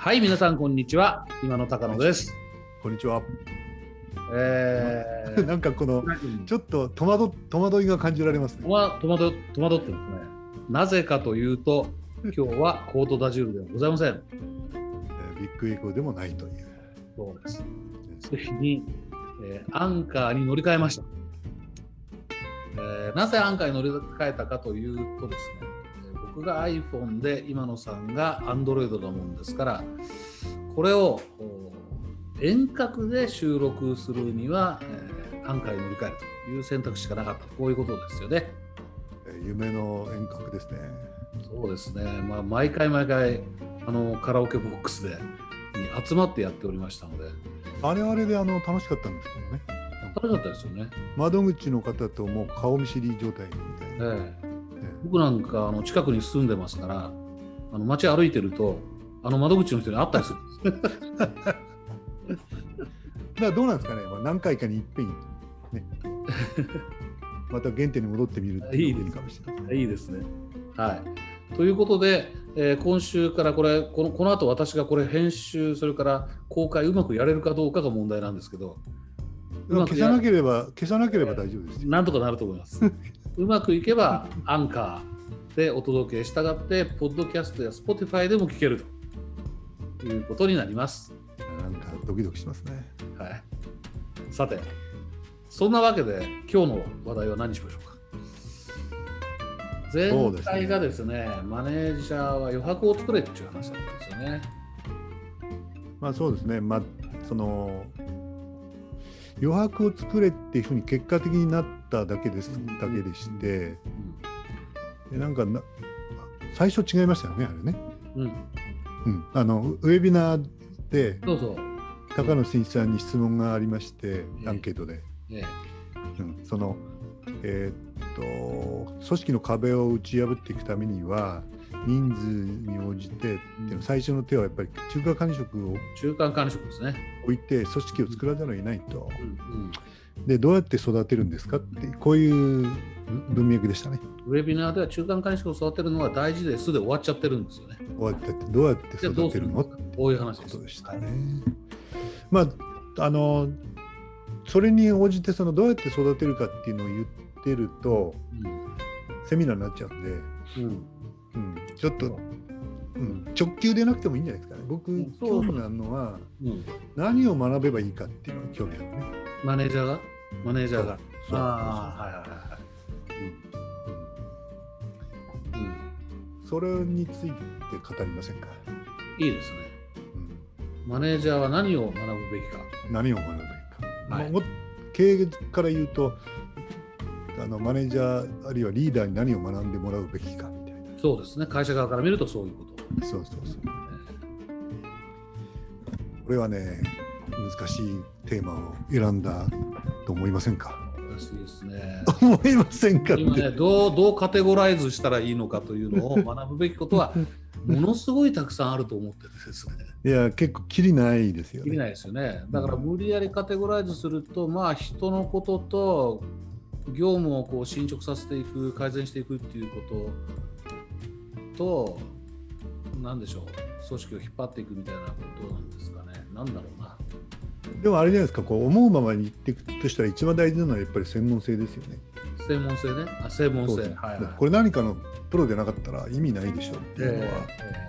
はい、皆さんこんにちは。今野高野です。 こんにちは。なんかこのちょっと戸惑いが感じられますね。 戸惑ってますね。なぜかというと、今日はコートダジュールではございません。 ビッグエコーでもないという。 そうです。ついに、アンカーに乗り換えました。なぜアンカーに乗り換えたかというとですね、僕が iPhone で今野さんが Android なもんですから、これを遠隔で収録するには、アンカーに乗り換えるという選択肢しかなかった、こういうことですよね。 夢の遠隔ですね。 そうですね、毎回カラオケボックスで集まってやっておりましたので、 あれで楽しかったんですけどね。 楽しかったですよね。窓口の方ともう顔見知り状態みたいな。 僕なんか近くに住んでますから、街歩いてると窓口の人に会ったりするんです。 だからどうなんですかね、何回かにいっぺんに、ね、また原点に戻ってみるっていうのがいいかもしれない。 いいですね。はい。ということで、今週からこの後私がこれ編集、それから公開うまくやれるかどうかが問題なんですけど、 消さなければ大丈夫ですよ。 なんとかなると思います。うまくいけばアンカーでお届けしたがって、ポッドキャストや Spotify でも聞けるということになります。 なんかドキドキしますね。 はい。さて、そんなわけで今日の話題は何にしましょうか。前回がですね、マネージャーは余白を作れっていう話だったんですよね。 そうですね。その余白を作れっていうふうに結果的になっただけでして、なんか最初違いましたよね、あれね。ウェビナーで高野真一さんに質問がありまして、アンケートで、その組織の壁を打ち破っていくためには人数に応じて、最初の手はやっぱり中間管理職ですね、置いて組織を作らざるを得ないと、でどうやって育てるんですかって、こういう文脈でしたね。 ウェビナーでは中間管理職を育てるのは大事ですで終わっちゃってるんですよね。 終わっててどうやって育てるのってこういう話でしたね。それに応じてどうやって育てるかっていうのを言ってると、セミナーになっちゃうんで、ちょっと、直球でなくてもいいんじゃないですかね。僕、興味があるのは、何を学べばいいかっていうのに興味あるね。 マネージャーがそうそれについて語りませんか。 いいですね。マネージャーは何を学ぶべきか。 経営から言うと、マネージャーあるいはリーダーに何を学んでもらうべきかみたいな。 そうですね。会社側から見るとそういうこと。 そう。これはね、難しいテーマを選んだと思いませんか。 難しいですね。 思いませんかって。 今ね、どうカテゴライズしたらいいのかというのを学ぶべきことはものすごいたくさんあると思っててですね。 いや、結構キリないですよね。 キリないですよね。だから無理やりカテゴライズすると、人のことと業務を進捗させていく、改善していくっていうことと、何でしょう、組織を引っ張っていくみたいなことなんですかね。なんだろうな。 でもあれじゃないですか、思うままに言っていくとしたら一番大事なのはやっぱり専門性ですよね。 専門性ね。専門性。 これ何かのプロでなかったら意味ないでしょうっていうのは、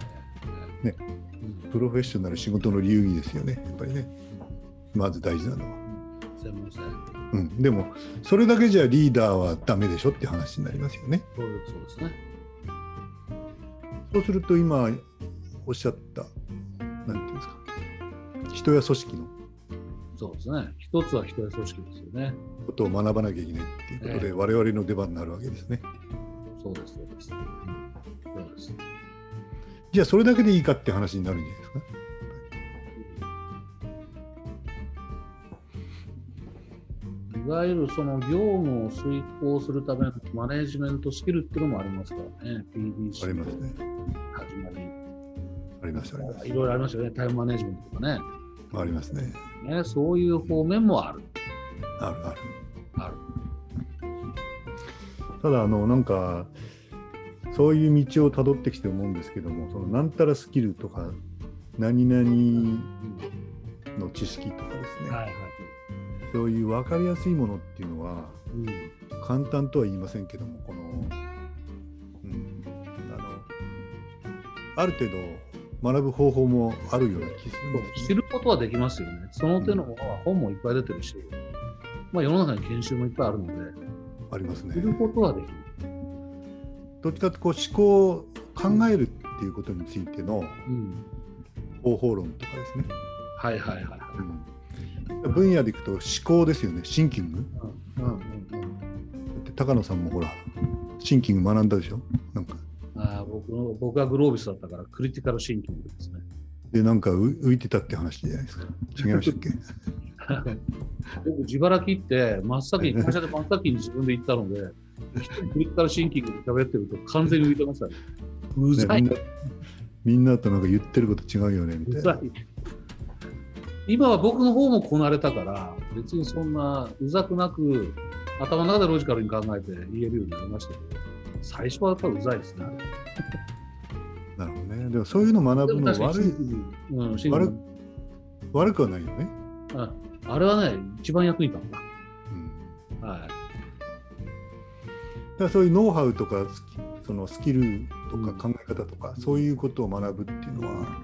プロフェッショナル仕事の流儀ですよね、やっぱりね。まず大事なのは。 専門性。 でもそれだけじゃリーダーはダメでしょって話になりますよね。 そうですね。 そうすると今おっしゃったなんていうんですか、人や組織の。 そうですね。一つは人や組織ですよね。 ことを学ばなきゃいけないっていうことで、我々の出番になるわけですね。 そうです。 じゃあそれだけでいいかって話になるんじゃないですか。 いわゆるその業務を遂行するためのマネージメントスキルっていうのもありますからね。PDC ありますね。 始まり。 あります。 いろいろありますよね。タイムマネージメントとかね。 ありますね。 そういう方面もある。 ある。ただなんかそういう道をたどってきて思うんですけども、そのなんたらスキルとか何々の知識とかですね、 はいはい。 そういう分かりやすいものっていうのは簡単とは言いませんけども、この、ある程度学ぶ方法もあるような気するんです知ることはできますよね。その手のものは本もいっぱい出てるし、まあ、世の中に研修もいっぱいあるので、 ありますね。 知ることはできる。 どっちかというとこう思考を考えるっていうことについての方法論とかですね、 はいはいはい。 分野でいくと思考ですよね、シンキング。だって高野さんもほらシンキング学んだでしょ。なんか僕はグロービスだったからクリティカルシンキングですね。 でなんか浮いてたって話じゃないですか。違いましたっけ？ 僕自腹切って真っ先に会社で真っ先に自分で行ったので、一人クリティカルシンキングで喋ってると完全に浮いてましたね。うざい。 みんなとなんか言ってること違うよねみたいな。 うざい。今は僕の方もこなれたから別にそんなうざくなく頭の中でロジカルに考えて言えるようになりましたけど、最初はやっぱりうざいですね。 なるほどね。でもそういうの学ぶの悪くはないよね。 あれはね、一番役に立った。はい。だからそういうノウハウとかそのスキルとか考え方とか、そういうことを学ぶっていうのは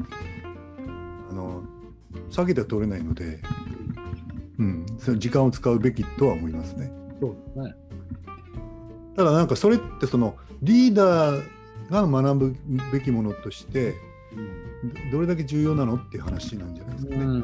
避けては通れないので、その時間を使うべきとは思いますね。 そうですね。 ただなんかそれってそのリーダーが学ぶべきものとしてどれだけ重要なのっていう話なんじゃないですかね。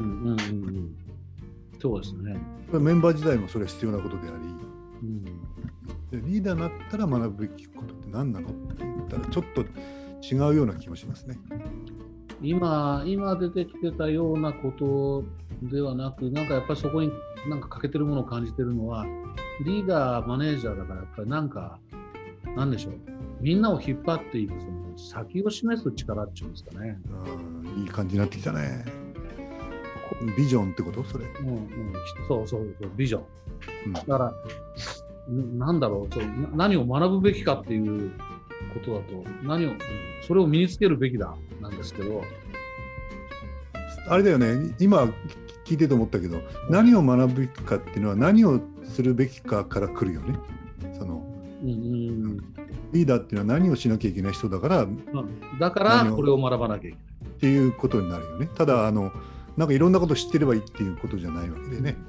そうですね。 メンバー時代もそれは必要なことであり、でリーダーになったら学ぶべきことって何なのって言ったらちょっと違うような気もしますね。 今出てきてたようなことではなく、なんかやっぱりそこになんか欠けてるものを感じてるのは、リーダーマネージャーだからやっぱりなんでしょう、みんなを引っ張っていくその先を示す力っていうんですかね。 いい感じになってきたね。ビジョンってことそれ。 そうビジョン。だからなんだろう、何を学ぶべきかっていうことだとそれを身につけるべきだなんですけど、 あれだよね、今聞いてて思ったけど、何を学ぶべきかっていうのは何をするべきかから来るよね。そのリーダーっていうのは何をしなきゃいけない人だから、 これを学ばなきゃいけないっていうことになるよね。ただなんかいろんなこと知ってればいいっていうことじゃないわけでね。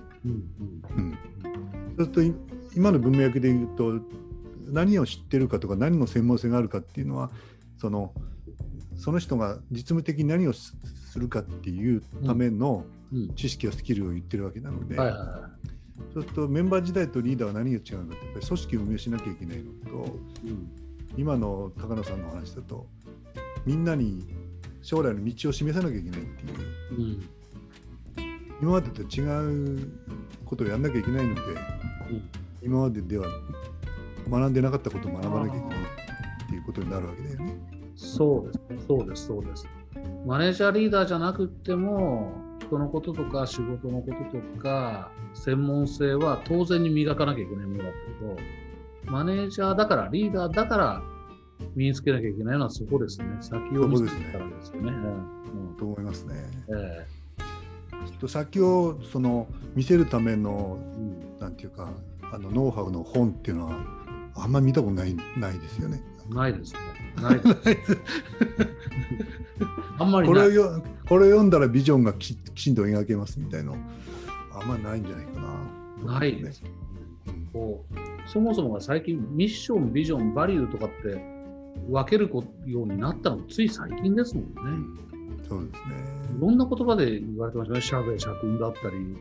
そうすると今の文脈で言うと、何を知ってるかとか何の専門性があるかっていうのはその人が実務的に何をするかっていうための知識やスキルを言ってるわけなので、そうするとメンバー時代とリーダーは何が違うのかって、やっぱり組織を運営しなきゃいけないのと、今の高野さんの話だとみんなに将来の道を示さなきゃいけないっていう、今までと違うことをやんなきゃいけないので、今まででは学んでなかったことを学ばなきゃいけないっていうことになるわけだよね。 そうです。マネージャーリーダーじゃなくても人のこととか仕事のこととか専門性は当然に磨かなきゃいけないものだけど、マネージャーだからリーダーだから身につけなきゃいけないのはそこですね。先を見せてからですよね。 と思いますね。先を見せるための、なんていうかノウハウの本っていうのはあんまり見たことないですよね。 ないですね。あんまりない。 これを読んだらビジョンがきちんと描けますみたいなのあんまりないんじゃないかな。 ないです。そもそもが最近ミッション、ビジョン、バリューとかって分けるようになったのもつい最近ですもんね。 そうですね。 いろんな言葉で言われてましたね。社訓だったり、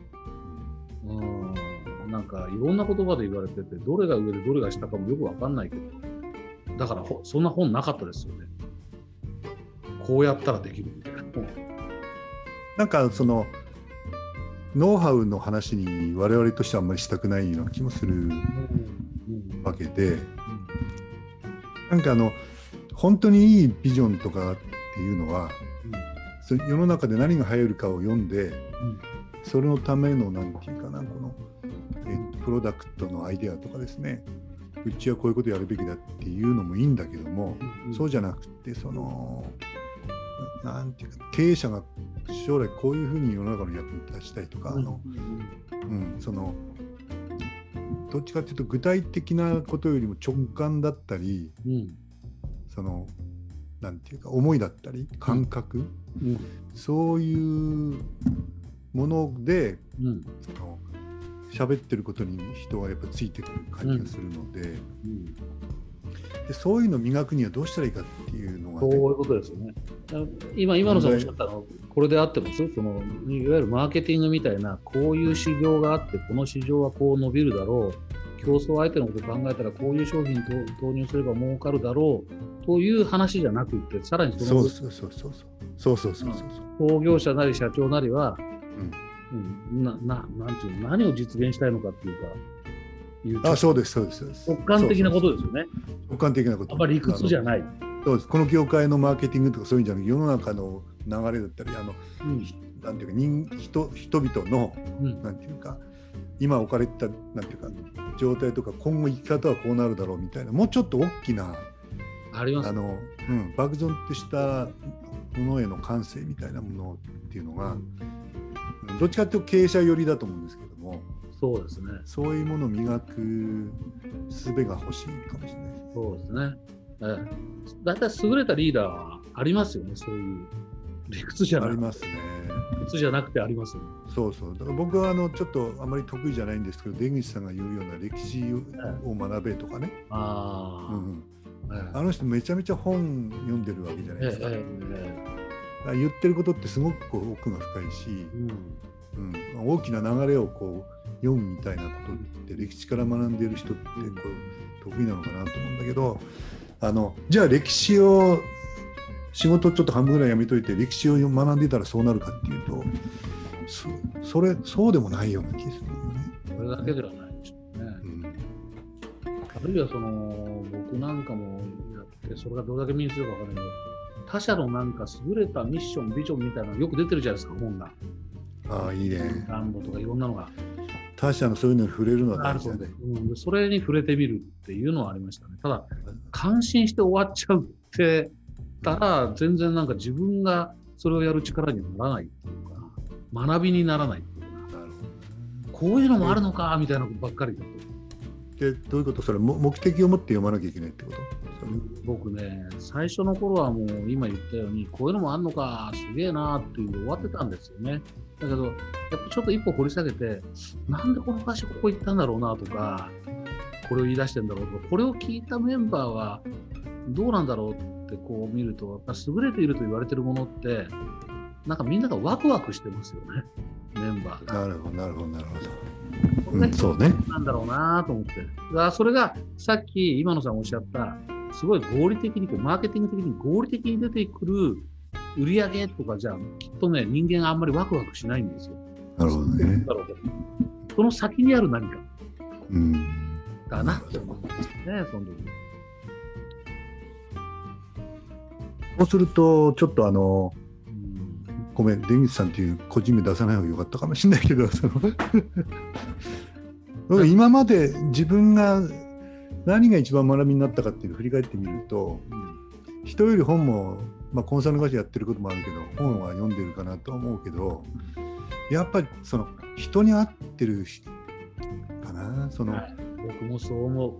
なんかいろんな言葉で言われてて、どれが上でどれが下かもよく分かんないけど、だからそんな本なかったですよね。こうやったらできるみたいな。 なんかノウハウの話に我々としてはあんまりしたくないような気もするわけで、なんか本当にいいビジョンとかっていうのは、世の中で何が流行るかを読んで、それのためのなんていうかな、プロダクトのアイデアとかですね、うちはこういうことやるべきだっていうのもいいんだけども、そうじゃなくてなんていうか経営者が将来こういうふうに世の中の役に立ちたいとか、そのどっちかというと具体的なことよりも直感だったり、そのなんていうか思いだったり感覚、そういうもので、その喋ってることに人はやっぱついてくる感じがするので、でそういうのを磨くにはどうしたらいいかっていうのが、 そういうことですよね。今野さんおっしゃったのこれで合ってます？そのいわゆるマーケティングみたいなこういう市場があってこの市場はこう伸びるだろう、競争相手のことを考えたらこういう商品と投入すれば儲かるだろうという話じゃなくて、さらにその創業者なり社長なりは、なんていうの、何を実現したいのかっていうか、 そうです。 直感的なことですよね。 直感的なこと。 あんまり理屈じゃない。 そうです。この業界のマーケティングとかそういうんじゃなくて、世の中の流れだったり、なんていうか人々の、なんていうか今置かれたなんていうか状態とか今後生き方はこうなるだろうみたいな、もうちょっと大きなあります。 漠然としたものへの感性みたいなものっていうのが、どっちかというと経営者寄りだと思うんですけども、 そうですね。 そういうものを磨く術が欲しいかもしれない。 そうですね。だいたい優れたリーダーはありますよね。そういう理屈じゃなくて。 ありますね。 理屈じゃなくてありますね。 そうだから僕はちょっとあまり得意じゃないんですけど、出口さんが言うような歴史を学べとかね。あの人めちゃめちゃ本読んでるわけじゃないですか。言ってることってすごく奥が深いし、大きな流れを読むみたいなことって歴史から学んでいる人って得意なのかなと思うんだけど、じゃあ歴史を仕事ちょっと半分ぐらいやめといて歴史を学んでたらそうなるかっていうと、そうでもないような気がするよね。 それだけではないでしょうね。あるいは僕なんかもやって、それがどれだけ身につくか分からないけど、他社のなんか優れたミッションビジョンみたいなのよく出てるじゃないですか、本が。 いいね。 ランドとかいろんなのが。 他社のそういうのに触れるのは大事だね。 それに触れてみるっていうのはありましたね。ただ感心して終わっちゃうってたら、全然なんか自分がそれをやる力にはならないっていうか、学びにならないっていうか、こういうのもあるのかみたいなことばっかりだと。 でどういうこと？それ目的を持って読まなきゃいけないってこと？ 僕ね、最初の頃はもう今言ったようにこういうのもあんのかすげえなっていう終わってたんですよね。だけどやっぱちょっと一歩掘り下げて、なんでこの会社ここ行ったんだろうなとか、これを言い出してんだろうとか、これを聞いたメンバーはどうなんだろうって見ると、やっぱ優れていると言われてるものってなんかみんながワクワクしてますよね、メンバーが。 なるほど。 そうね。なんだろうなと思って。それがさっき今野さんおっしゃったすごい合理的にマーケティング的に合理的に出てくる売り上げとかじゃきっとね、人間あんまりワクワクしないんですよ。 なるほどね。 その先にある何かだなと思いますね、その時。 そうするとちょっとごめん、出口さんっていう個人名出さない方がよかったかもしれないけど、今まで自分が何が一番学びになったかっていうのを振り返ってみると、人より本も、コンサル会社やってることもあるけど本は読んでるかなと思うけど、やっぱり人に合ってるかな。 僕もそう思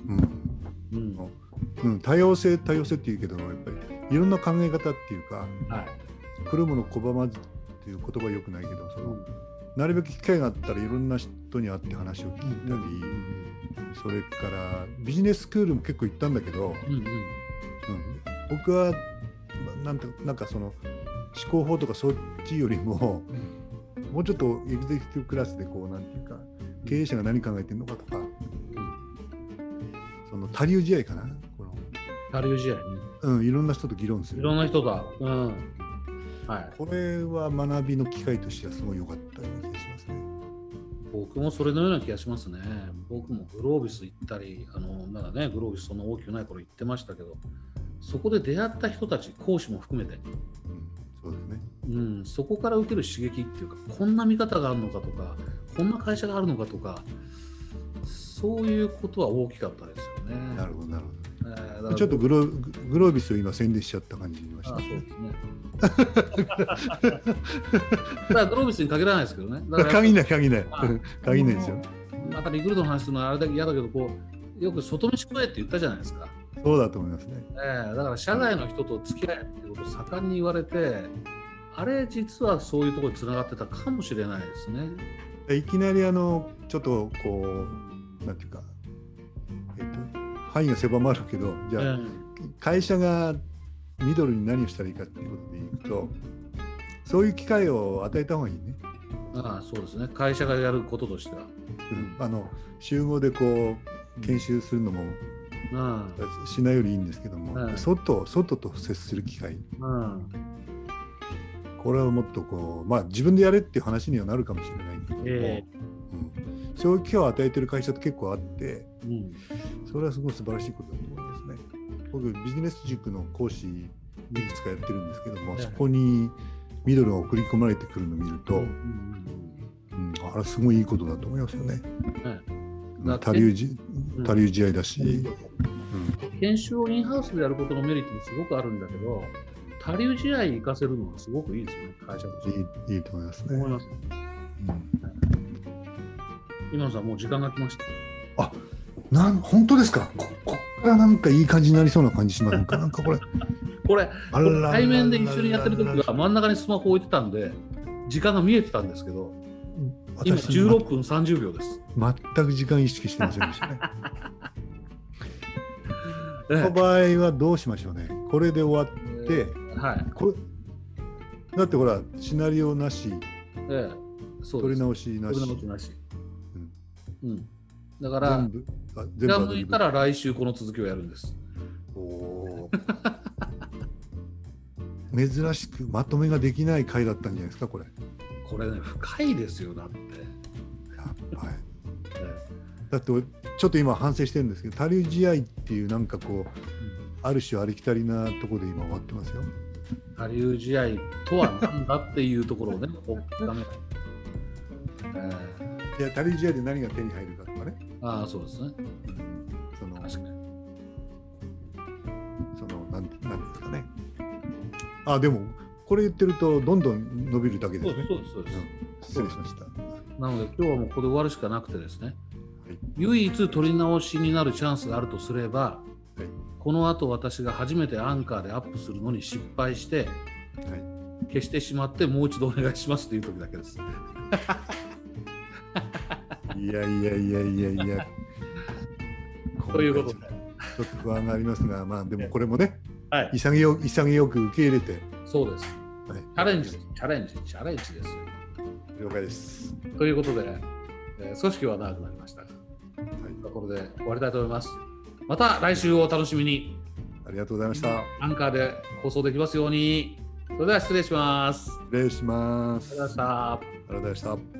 う。多様性って言うけど、やっぱりいろんな考え方っていうか、来るもの拒まずっていう言葉はよくないけど、なるべく機会があったらいろんな人に会って話を聞いたり、それからビジネススクールも結構行ったんだけど、僕はなんか思考法とかそっちよりも、もうちょっとエグゼクティブクラスでなんていうか経営者が何考えてるのかとか、多流試合かな。 多流試合ね。 いろんな人と議論する。 いろんな人だ。 これは学びの機会としてはすごい良かったような気がしますね。 僕もそれのような気がしますね。僕もグロービス行ったり、まだね、グロービスそんな大きくない頃行ってましたけど、そこで出会った人たち、講師も含めて、 そうですね。 そこから受ける刺激っていうか、こんな見方があるのかとか、こんな会社があるのかとか、そういうことは大きかったですよね。 なるほど。 ちょっとグロービスを今宣伝しちゃった感じにました。 そうですね。だからグロービスに限らないですけどね。 限らないですよ。 またリクルートの話するのはあれだけ嫌だけど、よく外飯食えって言ったじゃないですか。 そうだと思いますね。 だから社外の人と付き合えっていうことを盛んに言われて、あれ実はそういうところにつながってたかもしれないですね。 いきなりちょっとなんていうか、範囲が狭まるけど、じゃあ、会社がミドルに何をしたらいいかっていうことで言うと、そういう機会を与えた方がいいね。 そうですね。会社がやることとしては。 集合で研修するのもしないよりいいんですけども、外と接する機会、これはもっと自分でやれっていう話にはなるかもしれないんだけども、そういう機会を与えてる会社って結構あって、それはすごい素晴らしいことだと思いますね。僕ビジネス塾の講師いくつかやってるんですけども、そこにミドルが送り込まれてくるのを見ると、あれすごいいいことだと思いますよね。多流試合だし、 研修をインハウスでやることのメリットもすごくあるんだけど、多流試合に活かせるのはすごくいいですよね、会社として。 いいと思いますね。 思います。今野さん、もう時間が来ました。 本当ですか。ここからなんかいい感じになりそうな感じしませんか。なんかこれ対面で一緒にやってる時は真ん中にスマホ置いてたんで時間が見えてたんですけど、今16分30秒です。 全く時間意識してませんでしたね。この場合はどうしましょうね。これで終わって、だってほらシナリオなし、取り直しなし、 だから気が向いたら来週この続きをやるんです。 珍しくまとめができない回だったんじゃないですか、これ。 これね、深いですよ、だって。 だってちょっと今反省してるんですけど、多流試合っていうなんかある種ありきたりなところで今終わってますよ。 多流試合とは何だっていうところをね、 いや、多流試合で何が手に入るかとかね。 そうですね。 なんですかね。でもこれ言ってるとどんどん伸びるだけですね。 そうです。 失礼しました。 なので今日はもうここで終わるしかなくてですね、唯一取り直しになるチャンスがあるとすれば、この後私が初めてアンカーでアップするのに失敗して、消してしまってもう一度お願いしますという時だけです。 いや。 ということで、 ちょっと不安がありますが、でもこれもね、潔く受け入れて。そうです。チャレンジですよ。了解です。 ということで、組織は長くなりましたが、これで終わりたいと思います。また来週をお楽しみに。 ありがとうございました。 アンカーで放送できますように。それでは失礼します。 失礼します。 ありがとうございました。 ありがとうございました。